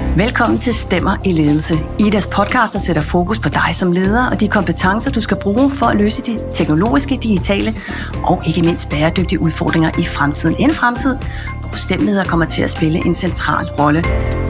Velkommen til Stemmer i Ledelse. Idas podcast, der sætter fokus på dig som leder og de kompetencer, du skal bruge for at løse de teknologiske, digitale og ikke mindst bæredygtige udfordringer i fremtiden. En fremtid, hvor stemmeleder kommer til at spille en central rolle.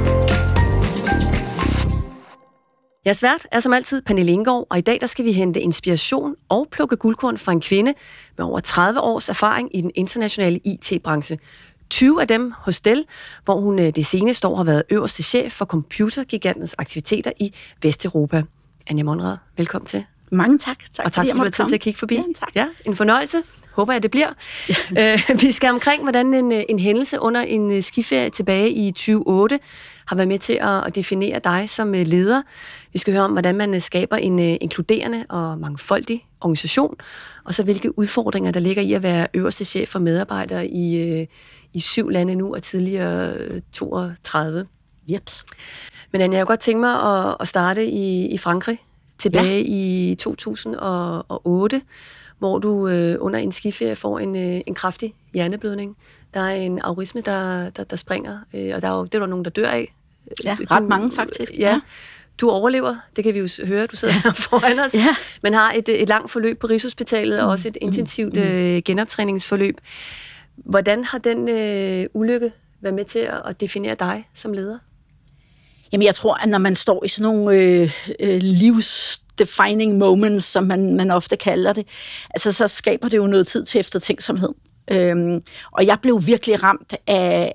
Jeres vært er som altid Pernille Enggaard, og i dag der skal vi hente inspiration og plukke guldkorn fra en kvinde med over 30 års erfaring i den internationale IT-branche. 20 af dem hos Dell, hvor hun det seneste år har været øverste chef for computergigantens aktiviteter i Vesteuropa. Anja Monrad, velkommen til. Mange tak. Og tak, fordi du har tid til at kigge forbi. Ja, tak. Ja, en fornøjelse. Håber jeg, det bliver. Vi skal omkring, hvordan en hændelse under en skiferie tilbage i 2008 har været med til at definere dig som leder. Vi skal høre om, hvordan man skaber en inkluderende og mangfoldig organisation, og så hvilke udfordringer, der ligger i at være øverste chef for medarbejdere i 7 lande nu, og tidligere 32. Jeps. Men Anja, jeg kunne godt tænke mig at starte i Frankrig, tilbage i 2008, hvor du under en skiferie får en kraftig hjerneblødning. Der er en aurisme, der springer, og det er der nogen, der dør af. Ja, ret mange faktisk. Ja. Du overlever, det kan vi jo høre, du sidder her foran os. Ja. Man har et langt forløb på Rigshospitalet, og også et intensivt genoptræningsforløb. Hvordan har den ulykke været med til at definere dig som leder? Jamen, jeg tror, at når man står i sådan nogle livsdefining moments, som man ofte kalder det, altså så skaber det jo noget tid til eftertænksomhed. Og jeg blev virkelig ramt af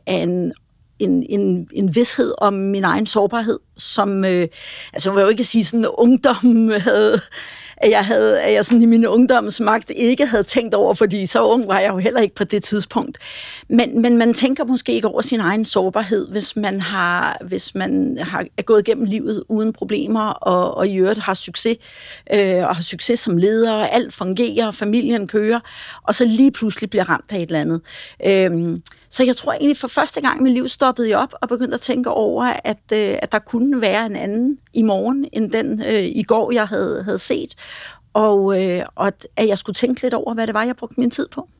en vished om min egen sårbarhed, som, altså jeg vil jo ikke sige sådan, ungdom havde, at jeg sådan i min ungdomsmagt ikke havde tænkt over, fordi så ung var jeg jo heller ikke på det tidspunkt. Men man tænker måske ikke over sin egen sårbarhed, hvis man er gået igennem livet uden problemer, og i øvrigt har succes, og har succes som leder, og alt fungerer, familien kører, og så lige pludselig bliver ramt af et eller andet. Så jeg tror egentlig for første gang i mit liv stoppede jeg op og begyndte at tænke over, at der kunne være en anden i morgen, end den i går, jeg havde set. Og at jeg skulle tænke lidt over, hvad det var, jeg brugte min tid på.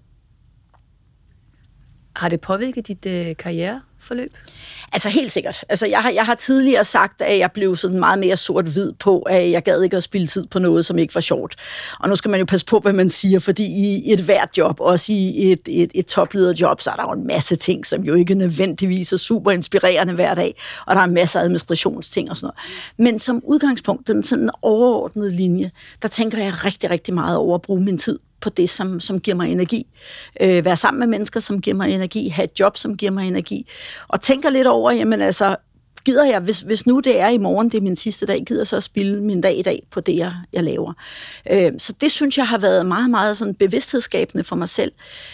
Har det påvirket dit karriereforløb? Altså helt sikkert. Altså jeg har tidligere sagt, at jeg blev sådan meget mere sort-hvid på, at jeg gad ikke at spilde tid på noget, som ikke var sjovt. Og nu skal man jo passe på, hvad man siger, fordi i et hvert job, også i et toplederjob, så er der jo en masse ting, som jo ikke nødvendigvis er super inspirerende hver dag, og der er masser af administrationsting og sådan noget. Men som udgangspunkt, den sådan overordnede linje, der tænker jeg rigtig, rigtig meget over at bruge min tid på det, som giver mig energi. Være sammen med mennesker, som giver mig energi. Have et job, som giver mig energi. Og tænker lidt over, jamen altså, gider jeg, hvis nu det er i morgen, det er min sidste dag, gider så at spilde min dag i dag på det, jeg laver. Så det synes jeg har været meget, meget sådan bevidsthedsskabende for mig selv.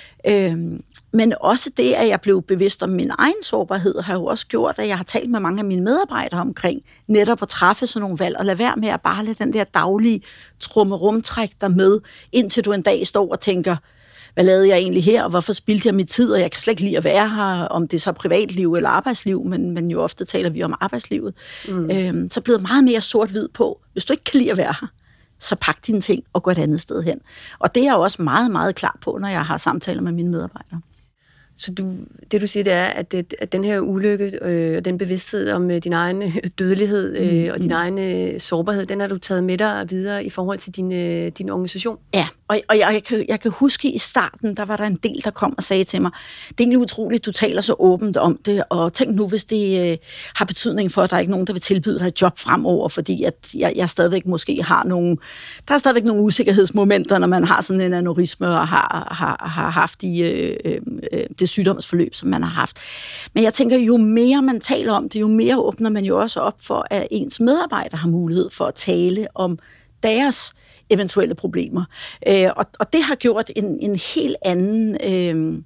Men også det, at jeg blev bevidst om min egen sårbarhed, har jo også gjort, at jeg har talt med mange af mine medarbejdere omkring netop at træffe sådan nogle valg, og lade være med at bare lade den der daglige trummerumtræk der med, indtil du en dag står og tænker, hvad lavede jeg egentlig her, og hvorfor spildte jeg mit tid, og jeg kan slet ikke lide at være her, om det er så privatliv eller arbejdsliv, men jo ofte taler vi om arbejdslivet. Så blev jeg meget mere sort-hvid på, hvis du ikke kan lide at være her, så pak dine ting og gå et andet sted hen. Og det er jeg også meget, meget klar på, når jeg har samtaler med mine medarbejdere. Så det du siger, det er, at den her ulykke og den bevidsthed om din egen dødelighed og din egen sårbarhed, den har du taget med dig videre i forhold til din organisation? Ja, og jeg kan huske i starten, der var der en del, der kom og sagde til mig, det er egentlig utroligt, du taler så åbent om det, og tænk nu, hvis det har betydning for, at der er ikke nogen, der vil tilbyde dig et job fremover, fordi at jeg stadigvæk måske har nogle, der er stadigvæk nogle usikkerhedsmomenter, når man har sådan en aneurisme og har haft det sygdomsforløb, som man har haft. Men jeg tænker, jo mere man taler om det, jo mere åbner man jo også op for, at ens medarbejdere har mulighed for at tale om deres eventuelle problemer. Og det har gjort en helt anden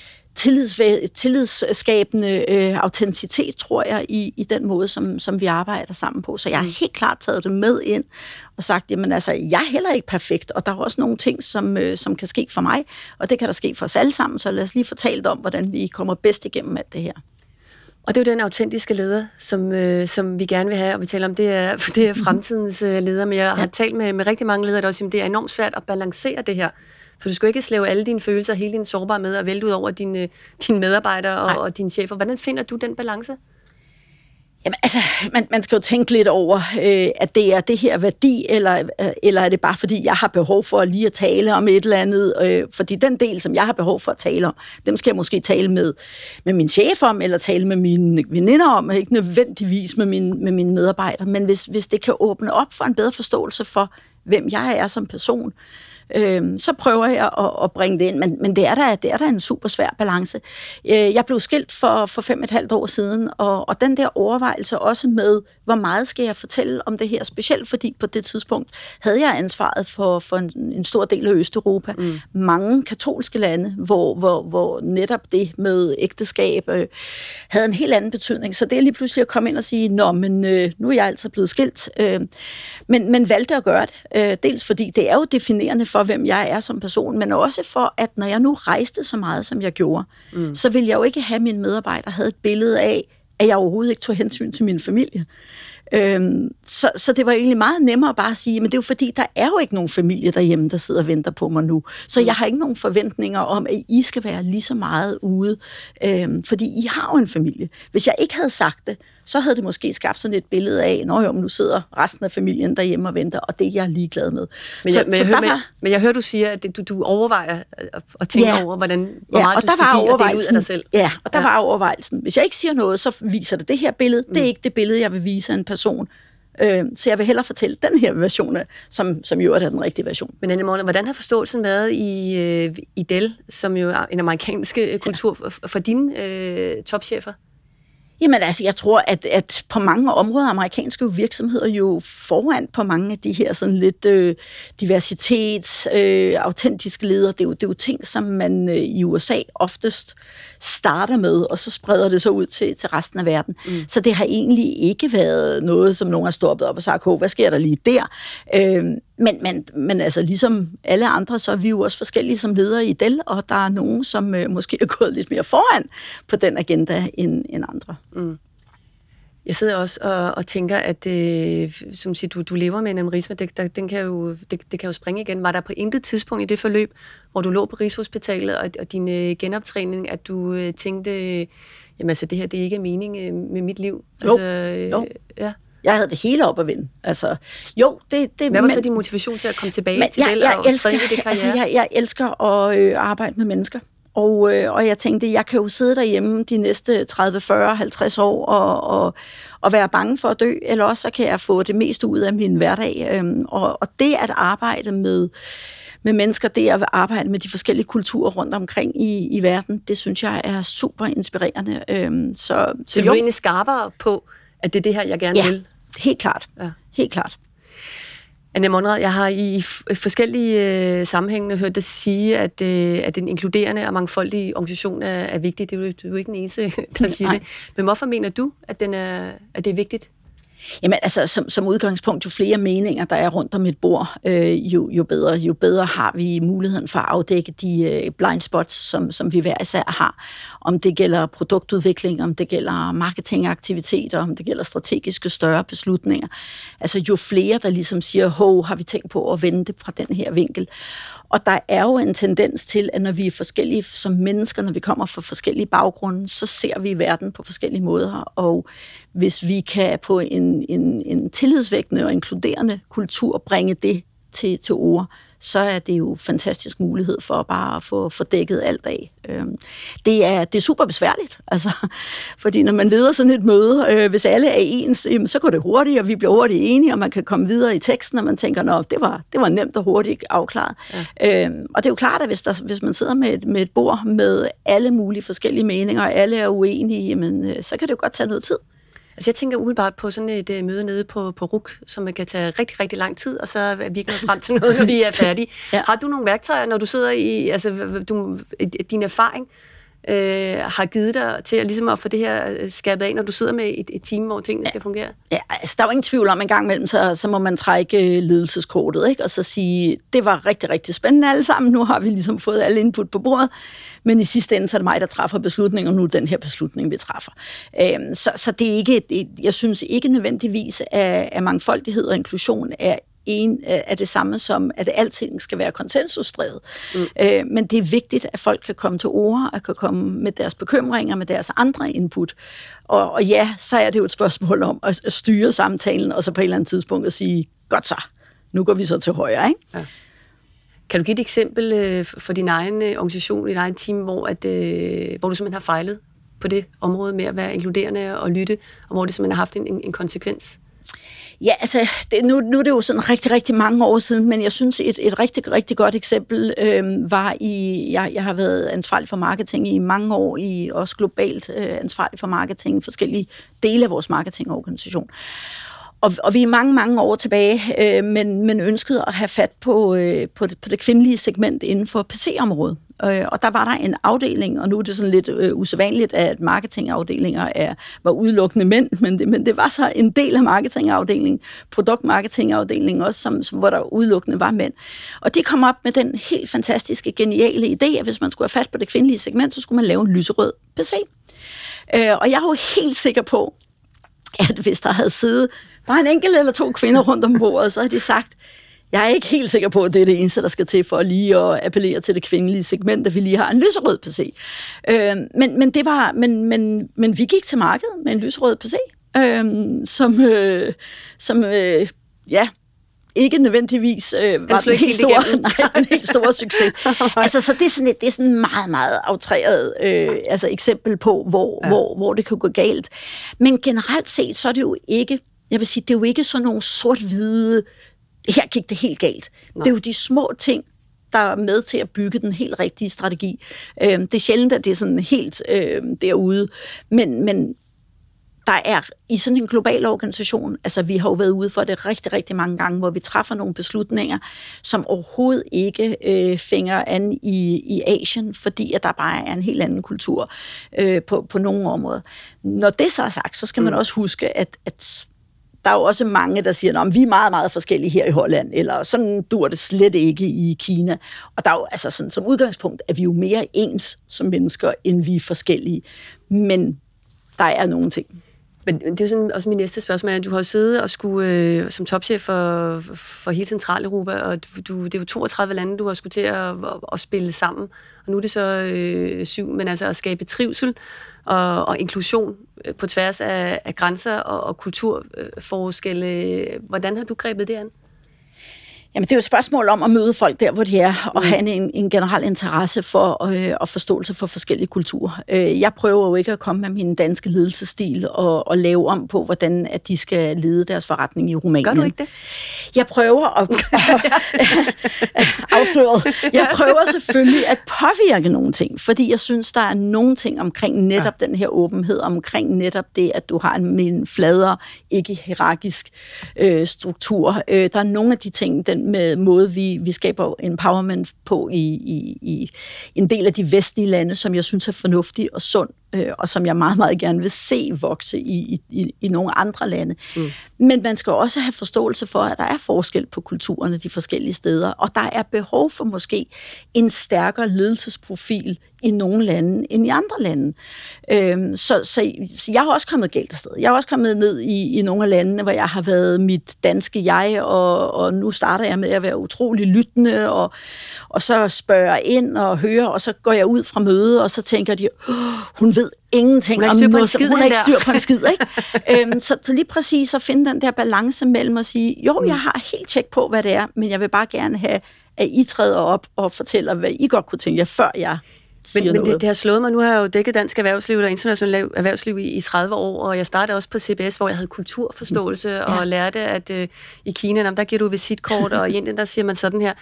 tillidsskabende autenticitet, tror jeg, i den måde, som vi arbejder sammen på. Så jeg har helt klart taget det med ind og sagt, jamen altså, jeg er heller ikke perfekt, og der er også nogle ting, som kan ske for mig, og det kan der ske for os alle sammen, så lad os lige fortælle om, hvordan vi kommer bedst igennem alt det her. Og det er jo den autentiske leder, som vi gerne vil have, og vi taler om, det er fremtidens leder, men jeg har talt med rigtig mange ledere, der også siger, det er enormt svært at balancere det her. For du skal jo ikke slæve alle dine følelser, hele din sårbarhed med og vælte ud over dine medarbejdere og dine chefer. Hvordan finder du den balance? Jamen, altså, man skal jo tænke lidt over, at det er det her værdi, eller er det bare fordi, jeg har behov for lige at tale om et eller andet, fordi den del, som jeg har behov for at tale om, dem skal jeg måske tale med min chef om, eller tale med mine veninder om, ikke nødvendigvis med mine medarbejdere, men hvis det kan åbne op for en bedre forståelse for, hvem jeg er som person, så prøver jeg at bringe det ind, men det er da en super svær balance. Jeg blev skilt for 5,5 år siden, og den der overvejelse også med, hvor meget skal jeg fortælle om det her, specielt fordi på det tidspunkt havde jeg ansvaret for en stor del af Østeuropa, mange katolske lande, hvor netop det med ægteskab havde en helt anden betydning, så det er lige pludselig at komme ind og sige, nå, men nu er jeg altså blevet skilt, men valgte at gøre det, dels fordi det er jo definerende for, hvem jeg er som person, men også for, at når jeg nu rejste så meget, som jeg gjorde, så ville jeg jo ikke have, at mine medarbejdere havde et billede af, at jeg overhovedet ikke tog hensyn til min familie. Så det var egentlig meget nemmere bare at sige, men det er jo fordi, der er jo ikke nogen familie derhjemme, der sidder og venter på mig nu. Så jeg har ikke nogen forventninger om, at I skal være lige så meget ude, fordi I har jo en familie. Hvis jeg ikke havde sagt det, så havde det måske skabt sådan et billede af, men nu sidder resten af familien derhjemme og venter, og det er jeg ligeglad med. Men jeg hører, du siger, at du overvejer at tænke over, hvor meget du skal give og dele ud af dig selv. Ja, og der var overvejelsen. Hvis jeg ikke siger noget, så viser det her billede. Det er ikke det billede, jeg vil vise af en person. Så jeg vil hellere fortælle den her version, som jo er den rigtige version. Men Anne Monrad, hvordan har forståelsen været i Dell, som jo er en amerikansk kultur, for dine topchefer? Jamen altså, jeg tror, at på mange områder amerikanske virksomheder jo foran på mange af de her sådan lidt diversitets, autentiske ledere. Det er jo ting, som man i USA oftest starter med, og så spreder det så ud til resten af verden. Så det har egentlig ikke været noget, som nogen har stoppet op og sagt, hvad sker der lige der? Men altså, ligesom alle andre, så er vi jo også forskellige som ledere i Dell, og der er nogen, som måske er gået lidt mere foran på den agenda end andre. Jeg sidder også og tænker, at som siger, du lever med en aneurisme, det kan jo springe igen. Var der på intet tidspunkt i det forløb, hvor du lå på Rigshospitalet og din genoptræning, at du tænkte, jamen altså, det her, det er ikke mening med mit liv? Jo. Ja. Jeg havde det hele op at vinde. Altså, hvad var så din motivation til at komme tilbage til Dell og træne det karriere? Jeg elsker at arbejde med mennesker. Og jeg tænkte, jeg kan jo sidde derhjemme de næste 30, 40, 50 år og være bange for at dø, eller også så kan jeg få det meste ud af min hverdag. Og det at arbejde med mennesker, det at arbejde med de forskellige kulturer rundt omkring i verden, det synes jeg er super inspirerende. Så du er egentlig skarpere på, at det er det her, jeg gerne vil? Helt klart. Ja. Helt klart. Anne Monrad, jeg har i forskellige sammenhænge hørt dig sige, at den inkluderende og mangfoldige organisation er vigtig. Du er jo ikke den eneste, der siger det. Men hvorfor mener du, at det er vigtigt? Jamen altså, som udgangspunkt, jo flere meninger, der er rundt om et bord, jo bedre. Jo bedre har vi muligheden for at afdække de blind spots, som vi hver især har. Om det gælder produktudvikling, om det gælder marketingaktiviteter, om det gælder strategiske større beslutninger. Altså jo flere, der ligesom siger, har vi tænkt på at vende det fra den her vinkel. Og der er jo en tendens til, at når vi er forskellige som mennesker, når vi kommer fra forskellige baggrunde, så ser vi verden på forskellige måder. Og hvis vi kan på en tillidsvækkende og inkluderende kultur bringe det til ord, så er det jo en fantastisk mulighed for bare at få dækket alt af. Det er super besværligt, altså, fordi når man leder sådan et møde, hvis alle er ens, så går det hurtigt, og vi bliver hurtigt enige, og man kan komme videre i teksten, og man tænker, det var nemt og hurtigt afklaret. Ja. Og det er jo klart, at hvis man sidder med et bord med alle mulige forskellige meninger, og alle er uenige, jamen, så kan det jo godt tage noget tid. Altså jeg tænker umiddelbart på sådan et møde nede på RUC, som kan tage rigtig, rigtig lang tid, og så er vi ikke nået frem til noget, når vi er færdige. Ja. Har du nogle værktøjer, når du sidder i, altså din erfaring har givet dig til at, ligesom at få det her skabet af, når du sidder med et team, hvor tingene skal fungere? Ja, altså der er jo ingen tvivl om, en gang imellem, så må man trække ledelseskortet, ikke? Og så sige, det var rigtig, rigtig spændende alle sammen, nu har vi ligesom fået alle input på bordet, men i sidste ende, så er det mig, der træffer beslutningen, og nu er den her beslutning, vi træffer. Så det er ikke, jeg synes ikke nødvendigvis, at mangfoldighed og inklusion er er det samme som, at alting skal være konsensusdrevet. Men det er vigtigt, at folk kan komme til ord, at kan komme med deres bekymringer, med deres andre input. Og ja, så er det jo et spørgsmål om at styre samtalen, og så på et eller andet tidspunkt at sige, godt så, nu går vi så til højre, ikke? Ja. Kan du give et eksempel for din egen organisation, din egen team, hvor du simpelthen har fejlet på det område med at være inkluderende og lytte, og hvor det simpelthen har haft en konsekvens? Ja, altså, nu er det jo sådan rigtig, rigtig mange år siden, men jeg synes, et rigtig, rigtig godt eksempel var jeg har været ansvarlig for marketing i mange år, også globalt ansvarlig for marketing i forskellige dele af vores marketingorganisation. Og vi er mange, mange år tilbage, men ønskede at have fat på det kvindelige segment inden for PC-området. Og der var der en afdeling, og nu er det sådan lidt usædvanligt, at marketingafdelinger var udelukkende mænd, men det var så en del af marketingafdelingen, produktmarketingafdelingen også, hvor der udelukkende var mænd. Og de kom op med den helt fantastiske, geniale idé, at hvis man skulle have fat på det kvindelige segment, så skulle man lave en lyserød PC. Og jeg er jo helt sikker på, at hvis der havde siddet bare en enkelt eller to kvinder rundt om bordet, så havde de sagt, jeg er ikke helt sikker på, at det er det eneste, der skal til for lige at appellere til det kvindelige segment, at vi lige har en lyserød PC. Men vi gik til markedet med en lyserød PC, som ikke nødvendigvis var en helt stor succes. Altså, så det er sådan meget, meget outreret eksempel på, hvor det kan gå galt. Men generelt set, så er det jo ikke, jeg vil sige, det er jo ikke sådan nogle sort-hvide, her gik det helt galt. Det er jo de små ting, der er med til at bygge den helt rigtige strategi. Det er sjældent, at det er sådan helt derude, men der er i sådan en global organisation, altså vi har jo været ude for det rigtig, rigtig mange gange, hvor vi træffer nogle beslutninger, som overhovedet ikke fænger an i Asien, fordi at der bare er en helt anden kultur på nogle områder. Når det så er sagt, så skal man også huske, at der er jo også mange, der siger, at vi er meget, meget forskellige her i Holland, eller sådan dur det slet ikke i Kina. Og der er jo altså sådan, som udgangspunkt, at vi jo mere ens som mennesker, end vi er forskellige. Men der er nogle ting. Men det er sådan også min næste spørgsmål, at du har siddet og skulle som topchef for hele Centraleuropa, og det er jo 32 lande, du har skulle til at spille sammen, og nu er det så 7, men altså at skabe trivsel og inklusion på tværs af grænser og kulturforskelle. Hvordan har du grebet det an? Jamen, det er jo et spørgsmål om at møde folk der, hvor de er, og have en generel interesse for og forståelse for forskellige kulturer. Jeg prøver jo ikke at komme med min danske ledelsesstil og lave om på, hvordan at de skal lede deres forretning i Rumænien. Gør du ikke det? Jeg prøver at afsløret. Jeg prøver selvfølgelig at påvirke nogle ting, fordi jeg synes, der er nogle ting omkring netop den her åbenhed, omkring netop det, at du har en fladere, ikke hierarkisk struktur. Der er nogle af de ting, den med måde, vi skaber empowerment på i en del af de vestlige lande, som jeg synes er fornuftig og sund, og som jeg meget, meget gerne vil se vokse i nogle andre lande. Men man skal også have forståelse for, at der er forskel på kulturerne de forskellige steder, og der er behov for måske en stærkere ledelsesprofil i nogle lande end i andre lande. Så jeg har også kommet galt afsted. Jeg har også kommet ned i nogle af landene, hvor jeg har været mit danske jeg, og nu starter jeg med at være utrolig lyttende, og så spørger jeg ind og hører, og så går jeg ud fra mødet, og så tænker de, hun ved ingenting om noget, hun har ikke styr på en skid, ikke? Så lige præcis at finde den der balance mellem at sige, jo, jeg har helt tjek på, hvad det er, men jeg vil bare gerne have, at I træder op og fortæller, hvad I godt kunne tænke jer, før jeg siger noget. Men det har slået mig. Nu har jeg jo dækket dansk erhvervsliv og internationalt erhvervsliv i 30 år, og jeg startede også på CBS, hvor jeg havde kulturforståelse og lærte, at i Kina, der giver du visitkort, og i Indien, der siger man sådan her.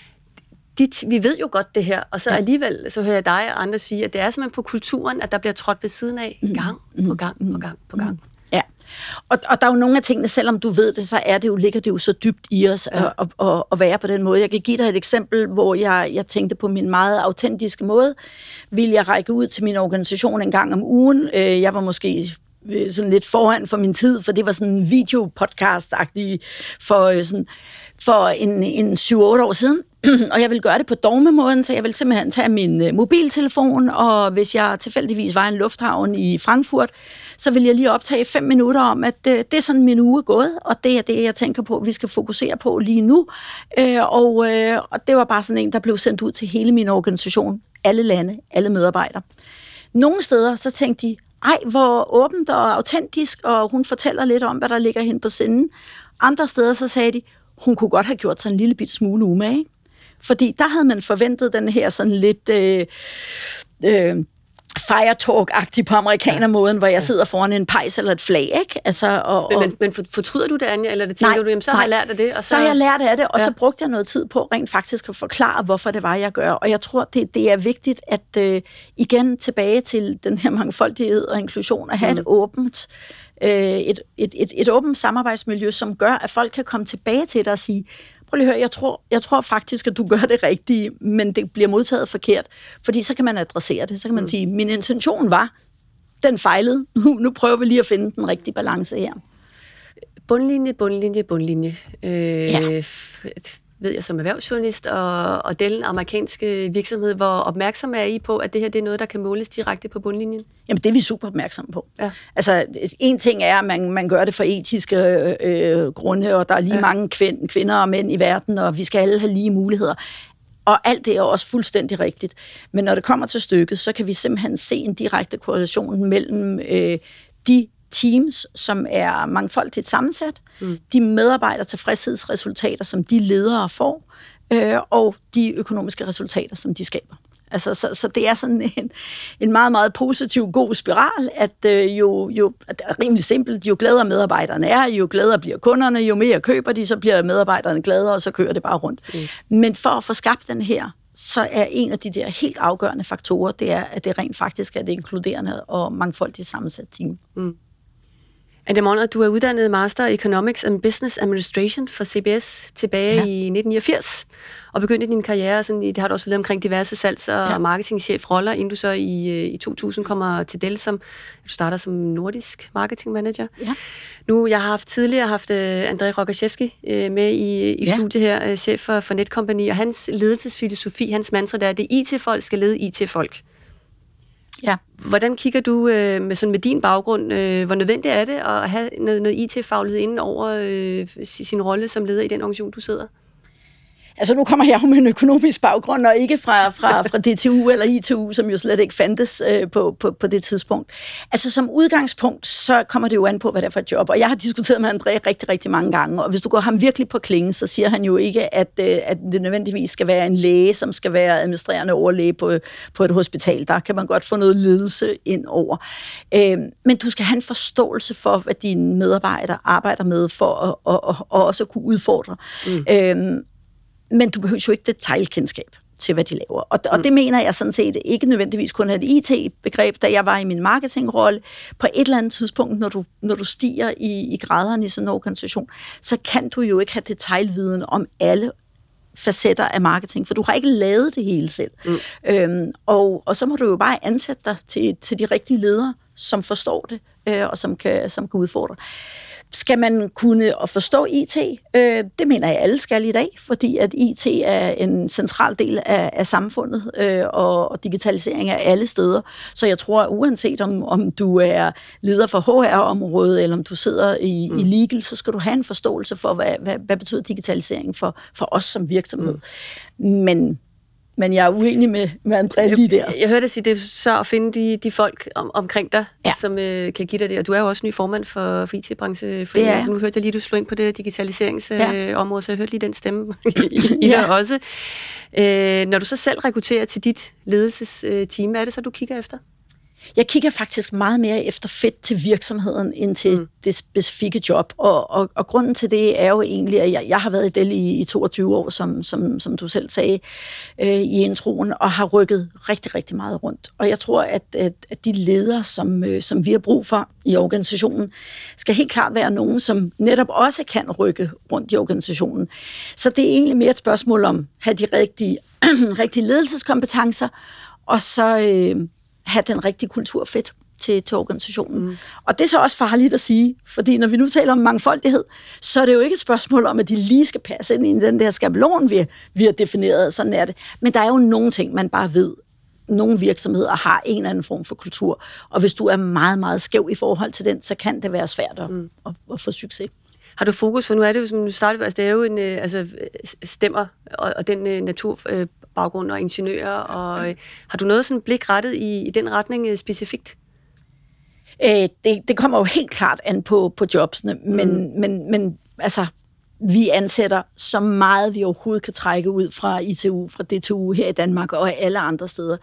Vi ved jo godt det her, og så alligevel så hører jeg dig og andre sige, at det er simpelthen på kulturen, at der bliver trådt ved siden af gang på gang. Ja, og der er jo nogle af tingene, selvom du ved det, så ligger det jo så dybt i os at være på den måde. Jeg kan give dig et eksempel, hvor jeg tænkte på min meget autentiske måde. Vil jeg række ud til min organisation en gang om ugen? Jeg var måske sådan lidt foran for min tid, for det var sådan en videopodcast-agtig for en 7-8 år siden. Og jeg ville gøre det på dogmemåden, så jeg ville simpelthen tage min mobiltelefon, og hvis jeg tilfældigvis var i en lufthavn i Frankfurt, så vil jeg lige optage 5 minutter om, at det er sådan min uge er gået, og det er det, jeg tænker på, vi skal fokusere på lige nu. Og det var bare sådan en, der blev sendt ud til hele min organisation, alle lande, alle medarbejdere. Nogle steder, så tænkte de, ej, hvor åbent og autentisk, og hun fortæller lidt om, hvad der ligger hende på sinden. Andre steder, så sagde de, hun kunne godt have gjort sig en lille bit smule umage. Fordi der havde man forventet den her sådan lidt fire talk-agtig på amerikanermåden, hvor jeg sidder foran en pejs eller et flag, ikke? Altså, men fortryder du det, Anja, eller det tænker du, jamen, så har jeg lært af det? Og så har jeg lært af det, og så brugte jeg noget tid på rent faktisk at forklare, hvorfor det var, jeg gør. Og jeg tror, det er vigtigt, at igen tilbage til den her mangfoldighed og inklusion, at have et åbent et åbent samarbejdsmiljø, som gør, at folk kan komme tilbage til dig og sige, prøv lige at høre, jeg tror faktisk, at du gør det rigtige, men det bliver modtaget forkert, fordi så kan man adressere det. Så kan man sige, min intention var, den fejlede, nu prøver vi lige at finde den rigtige balance her. Bundlinje. Ved jeg som erhvervsjournalist og den amerikanske virksomhed, hvor opmærksom er I på, at det her det er noget, der kan måles direkte på bundlinjen? Jamen, det er vi super opmærksomme på. Ja. Altså, en ting er, at man gør det for etiske grunde, og der er lige mange kvinder og mænd i verden, og vi skal alle have lige muligheder. Og alt det er også fuldstændig rigtigt. Men når det kommer til stykket, så kan vi simpelthen se en direkte korrelation mellem de teams, som er mangfoldigt sammensat, de medarbejdertilfredshedsresultater, som de ledere får, og de økonomiske resultater, som de skaber. Altså, så det er sådan en meget, meget positiv, god spiral, at jo rimelig simpelt, jo gladere medarbejderne er, jo gladere bliver kunderne, jo mere køber de, så bliver medarbejderne gladere, og så kører det bare rundt. Men for at få skabt den her, så er en af de der helt afgørende faktorer, det er, at det rent faktisk er det inkluderende og mangfoldigt sammensat team. Anja Monrad, du er uddannet Master Economics and Business Administration for CBS tilbage i 1989, og begyndte din karriere, sådan, det har du også været omkring diverse salgs- og marketingchefroller, inden du så i 2000 kommer til Dell, du starter som nordisk marketingmanager. Ja. Nu, jeg har tidligere haft André Rogoszewski med i studiet her, chef for Netcompany, og hans ledelsesfilosofi, hans mantra, der er, at det IT-folk skal lede IT-folk. Ja. Hvordan kigger du med din baggrund, hvor nødvendigt er det at have noget IT-faglighed inden over sin rolle som leder i den organisation, du sidder? Altså nu kommer jeg jo med en økonomisk baggrund, og ikke fra DTU eller ITU, som jo slet ikke fandtes på det tidspunkt. Altså som udgangspunkt, så kommer det jo an på, hvad det er for et job. Og jeg har diskuteret med André rigtig, rigtig mange gange, og hvis du går ham virkelig på klingen, så siger han jo ikke, at det nødvendigvis skal være en læge, som skal være administrerende overlæge på et hospital. Der kan man godt få noget ledelse ind over. Men du skal have en forståelse for, hvad dine medarbejdere arbejder med, for at også kunne udfordre. Men du behøver jo ikke detailkendskab til, hvad de laver. Og det mener jeg sådan set ikke nødvendigvis kun er et IT-begreb, da jeg var i min marketingrolle. På et eller andet tidspunkt, når du stiger i graderne i sådan en organisation, så kan du jo ikke have detailviden om alle facetter af marketing, for du har ikke lavet det hele selv. Og så må du jo bare ansætte dig til de rigtige ledere, som forstår det, og som kan udfordre. Skal man kunne forstå IT? Det mener jeg, alle skal i dag, fordi at IT er en central del af samfundet, og digitalisering er alle steder. Så jeg tror, uanset om du er leder for HR-området, eller om du sidder i legal, så skal du have en forståelse for, hvad betyder digitalisering for os som virksomhed. Men jeg er uenig med André lige der. Jeg hørte dig sige, det er så at finde de folk omkring dig, som kan give dig det. Og du er jo også ny formand for IT-branche. Nu hørte jeg lige, du slog ind på det digitaliseringsområde, så jeg hørte lige den stemme i dig også. Når du så selv rekrutterer til dit ledelsesteam, hvad er det så, du kigger efter? Jeg kigger faktisk meget mere efter fedt til virksomheden, end til det specifikke job. Og grunden til det er jo egentlig, at jeg har været i Dell i 22 år, som du selv sagde i introen, og har rykket rigtig, rigtig meget rundt. Og jeg tror, at de ledere, som vi har brug for i organisationen, skal helt klart være nogen, som netop også kan rykke rundt i organisationen. Så det er egentlig mere et spørgsmål om at have de rigtige ledelseskompetencer, og så have den rigtige kultur fedt til organisationen. Og det er så også farligt at sige, fordi når vi nu taler om mangfoldighed, så er det jo ikke et spørgsmål om, at de lige skal passe ind i den der skabelon, vi har defineret, sådan er det. Men der er jo nogle ting, man bare ved, nogle virksomheder har en eller anden form for kultur, og hvis du er meget, meget skæv i forhold til den, så kan det være svært at få succes. Har du fokus, for nu er det jo, som du startede, altså det er jo en, stemmer, og den naturbaggrund og ingeniører, og har du noget sådan blik rettet i den retning specifikt? Det kommer jo helt klart an på jobsene, men altså, vi ansætter så meget, vi overhovedet kan trække ud fra ITU, fra DTU her i Danmark og alle andre steder.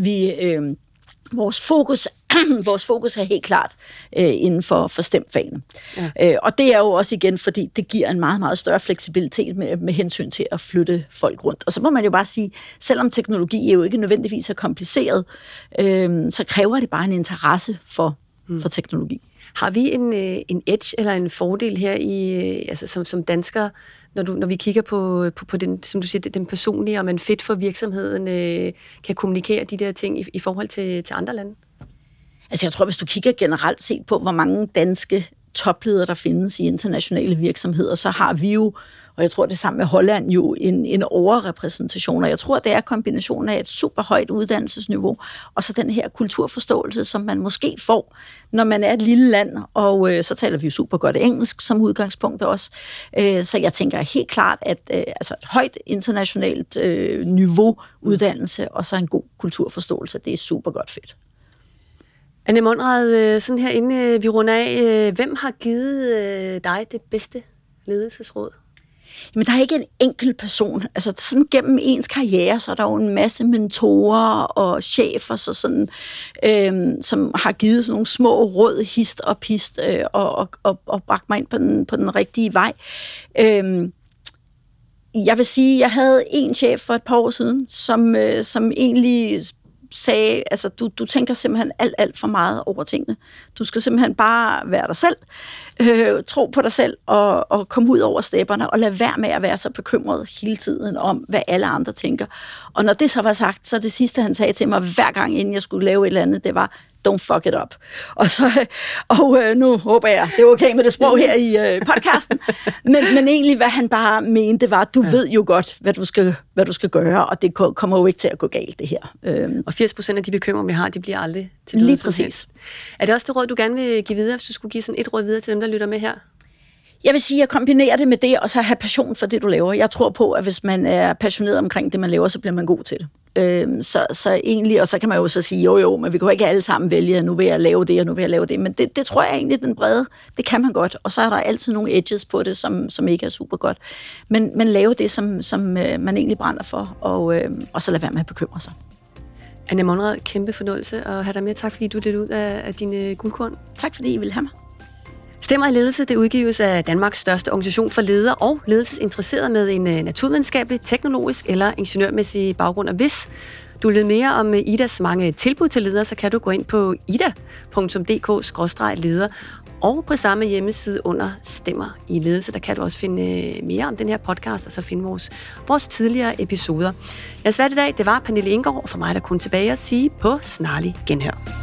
Vores fokus er helt klart inden for STEM-fagene. Ja. Og det er jo også igen, fordi det giver en meget, meget større fleksibilitet med hensyn til at flytte folk rundt. Og så må man jo bare sige, selvom teknologi jo ikke nødvendigvis er kompliceret, så kræver det bare en interesse for teknologi. Har vi en edge eller en fordel her som danskere, når vi kigger på den, som du siger, den personlige, og man fedt for virksomheden kan kommunikere de der ting i forhold til andre lande? Altså jeg tror, hvis du kigger generelt set på, hvor mange danske topledere der findes i internationale virksomheder, så har vi jo, og jeg tror det sammen med Holland, jo en overrepræsentation, og jeg tror, det er kombinationen af et super højt uddannelsesniveau, og så den her kulturforståelse, som man måske får, når man er et lille land, og så taler vi jo super godt engelsk som udgangspunkt også. Så jeg tænker helt klart, at et højt internationalt niveau uddannelse, og så en god kulturforståelse, det er super godt fedt. Anne Monrad, sådan her inden vi runder af, hvem har givet dig det bedste ledelsesråd? Jamen, der er ikke en enkelt person. Altså, sådan gennem ens karriere, så er der jo en masse mentorer og chefer, så sådan, som har givet sådan nogle små råd, hist og pist, og bragt mig ind på den rigtige vej. Jeg vil sige, jeg havde en chef for et par år siden, som egentlig sagde, altså du tænker simpelthen alt for meget over tingene. Du skal simpelthen bare være dig selv, tro på dig selv og komme ud over stepperne og lade være med at være så bekymret hele tiden om, hvad alle andre tænker. Og når det så var sagt, så det sidste, han sagde til mig hver gang, inden jeg skulle lave et eller andet, det var, don't fuck it up. Og nu håber jeg, det er okay med det sprog her i podcasten, men egentlig, hvad han bare mente, var, du ved jo godt, hvad du skal gøre, og det kommer jo ikke til at gå galt, det her. Og 80% af de bekymringer, vi har, de bliver aldrig til noget. Lige præcis. Er det også det råd, du gerne vil give videre, hvis du skulle give sådan et råd videre til dem, der lytter med her? Jeg vil sige, at jeg kombinerer det med det, og så have passion for det, du laver. Jeg tror på, at hvis man er passioneret omkring det, man laver, så bliver man god til det. Så egentlig, og så kan man jo så sige, jo, men vi kan jo ikke alle sammen vælge, at nu vil jeg lave det, og nu vil jeg lave det. Men det tror jeg egentlig, den brede, det kan man godt. Og så er der altid nogle edges på det, som ikke er super godt. Men lave det, som man egentlig brænder for, og så lade være med at bekymre sig. Anne Monrad, kæmpe fornøjelse at have dig med. Tak fordi du delte ud af dine guldkorn. Tak fordi I ville have mig. Stemmer i ledelse, det udgives af Danmarks største organisation for ledere og ledelsesinteresserede med en naturvidenskabelig, teknologisk eller ingeniørmæssig baggrund. Og hvis du vil vide mere om Idas mange tilbud til ledere, så kan du gå ind på ida.dk/leder og på samme hjemmeside under Stemmer i ledelse. Der kan du også finde mere om den her podcast, og så finde vores tidligere episoder. Jeres vært i dag, det var Pernille Indgaard, og for mig der kun tilbage at sige på snarlig genhør.